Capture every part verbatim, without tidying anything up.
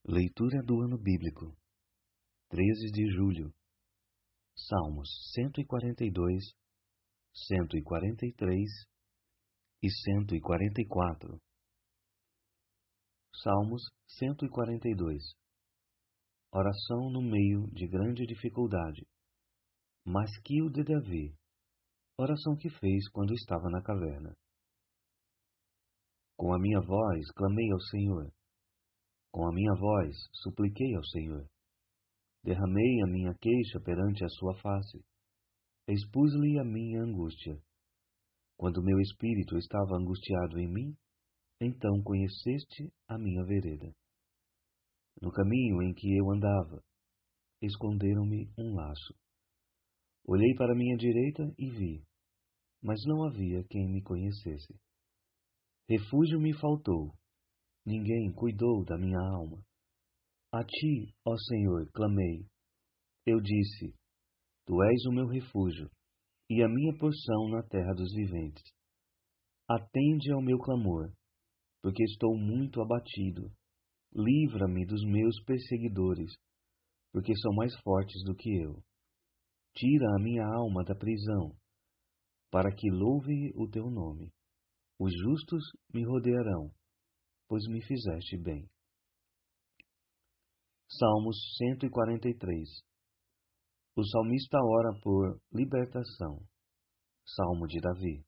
Leitura do Ano Bíblico, treze de julho, Salmos cento e quarenta e dois, cento e quarenta e três e cento e quarenta e quatro. Salmos cento e quarenta e dois. Oração no meio de grande dificuldade. Masquil de Davi. Oração que fez quando estava na caverna. Com a minha voz clamei ao Senhor. Com a minha voz supliquei ao Senhor. Derramei a minha queixa perante a sua face. Expus-lhe a minha angústia. Quando meu espírito estava angustiado em mim, então conheceste a minha vereda. No caminho em que eu andava, esconderam-me um laço. Olhei para minha direita e vi, mas não havia quem me conhecesse. Refúgio me faltou. Ninguém cuidou da minha alma. A ti, ó Senhor, clamei. Eu disse, tu és o meu refúgio e a minha porção na terra dos viventes. Atende ao meu clamor, porque estou muito abatido. Livra-me dos meus perseguidores, porque são mais fortes do que eu. Tira a minha alma da prisão, para que louve o teu nome. Os justos me rodearão, pois me fizeste bem. Salmos cento e quarenta e três. O salmista ora por libertação. Salmo de Davi.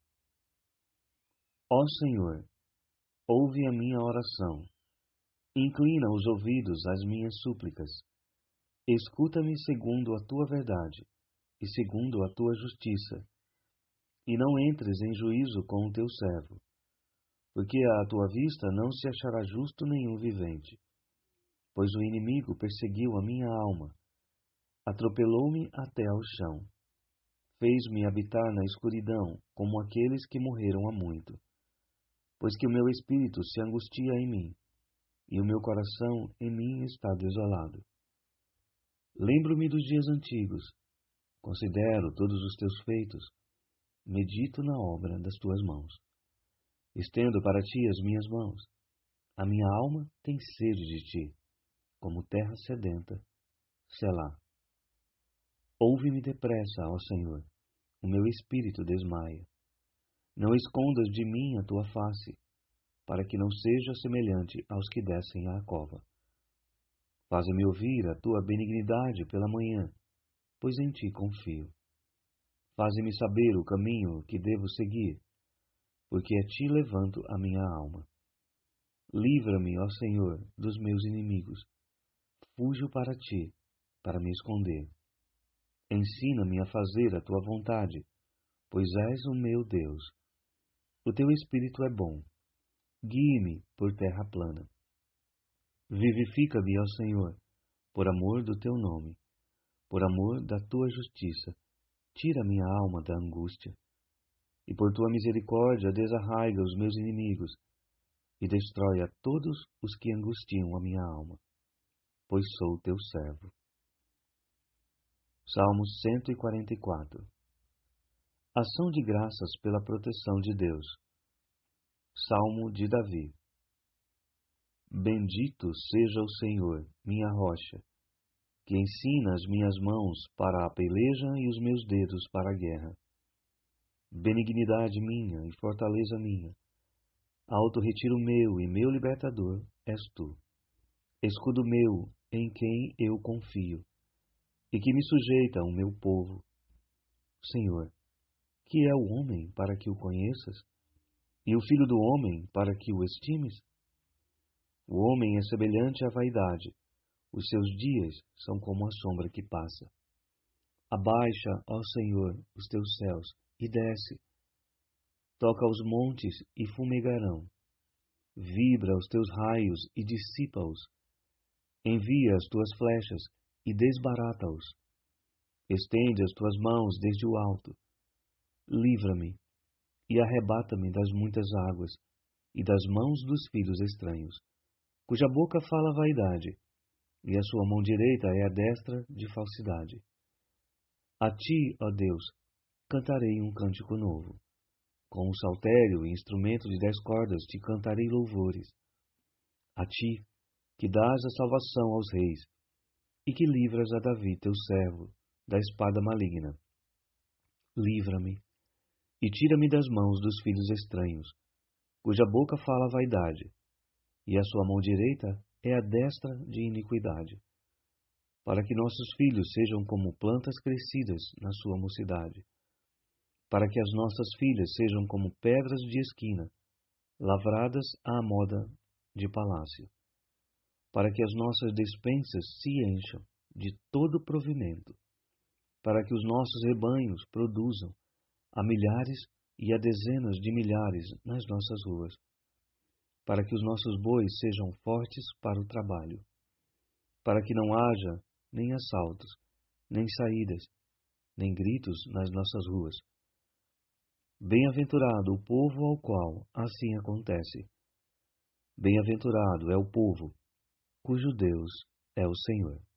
Ó Senhor, ouve a minha oração. Inclina os ouvidos às minhas súplicas. Escuta-me segundo a tua verdade e segundo a tua justiça. E não entres em juízo com o teu servo, porque à tua vista não se achará justo nenhum vivente. Pois o inimigo perseguiu a minha alma, atropelou-me até ao chão, fez-me habitar na escuridão, como aqueles que morreram há muito. Pois que o meu espírito se angustia em mim, e o meu coração em mim está desolado. Lembro-me dos dias antigos, considero todos os teus feitos, medito na obra das tuas mãos. Estendo para ti as minhas mãos. A minha alma tem sede de ti, como terra sedenta. Selá. Ouve-me depressa, ó Senhor, o meu espírito desmaia. Não escondas de mim a tua face, para que não seja semelhante aos que descem à cova. Faze-me ouvir a tua benignidade pela manhã, pois em ti confio. Faze-me saber o caminho que devo seguir, porque a ti levanto a minha alma. Livra-me, ó Senhor, dos meus inimigos. Fujo para ti, para me esconder. Ensina-me a fazer a tua vontade, pois és o meu Deus. O teu espírito é bom. Guie-me por terra plana. Vivifica-me, ó Senhor, por amor do teu nome, por amor da tua justiça. Tira minha alma da angústia. E por tua misericórdia desarraiga os meus inimigos, e destrói a todos os que angustiam a minha alma, pois sou teu servo. Salmos cento e quarenta e quatro. Ação de graças pela proteção de Deus. Salmo de Davi. Bendito seja o Senhor, minha rocha, que ensina as minhas mãos para a peleja e os meus dedos para a guerra. Benignidade minha e fortaleza minha, alto retiro meu e meu libertador és tu. Escudo meu, em quem eu confio, e que me sujeita o meu povo. Senhor, que é o homem para que o conheças, e o filho do homem para que o estimes? O homem é semelhante à vaidade, os seus dias são como a sombra que passa. Abaixa, ó Senhor, os teus céus, e desce. Toca os montes e fumegarão. Vibra os teus raios e dissipa-os. Envia as tuas flechas e desbarata-os. Estende as tuas mãos desde o alto. Livra-me e arrebata-me das muitas águas e das mãos dos filhos estranhos, cuja boca fala vaidade, e a sua mão direita é a destra de falsidade. A ti, ó Deus, cantarei um cântico novo. Com o saltério e instrumento de dez cordas te cantarei louvores. A ti, que dás a salvação aos reis, e que livras a Davi teu servo da espada maligna. Livra-me, e tira-me das mãos dos filhos estranhos, cuja boca fala vaidade, e a sua mão direita é a destra de iniquidade, para que nossos filhos sejam como plantas crescidas na sua mocidade, para que as nossas filhas sejam como pedras de esquina, lavradas à moda de palácio, para que as nossas despensas se encham de todo provimento, para que os nossos rebanhos produzam a milhares e a dezenas de milhares nas nossas ruas, para que os nossos bois sejam fortes para o trabalho, para que não haja nem assaltos, nem saídas, nem gritos nas nossas ruas. Bem-aventurado o povo ao qual assim acontece. Bem-aventurado é o povo cujo Deus é o Senhor.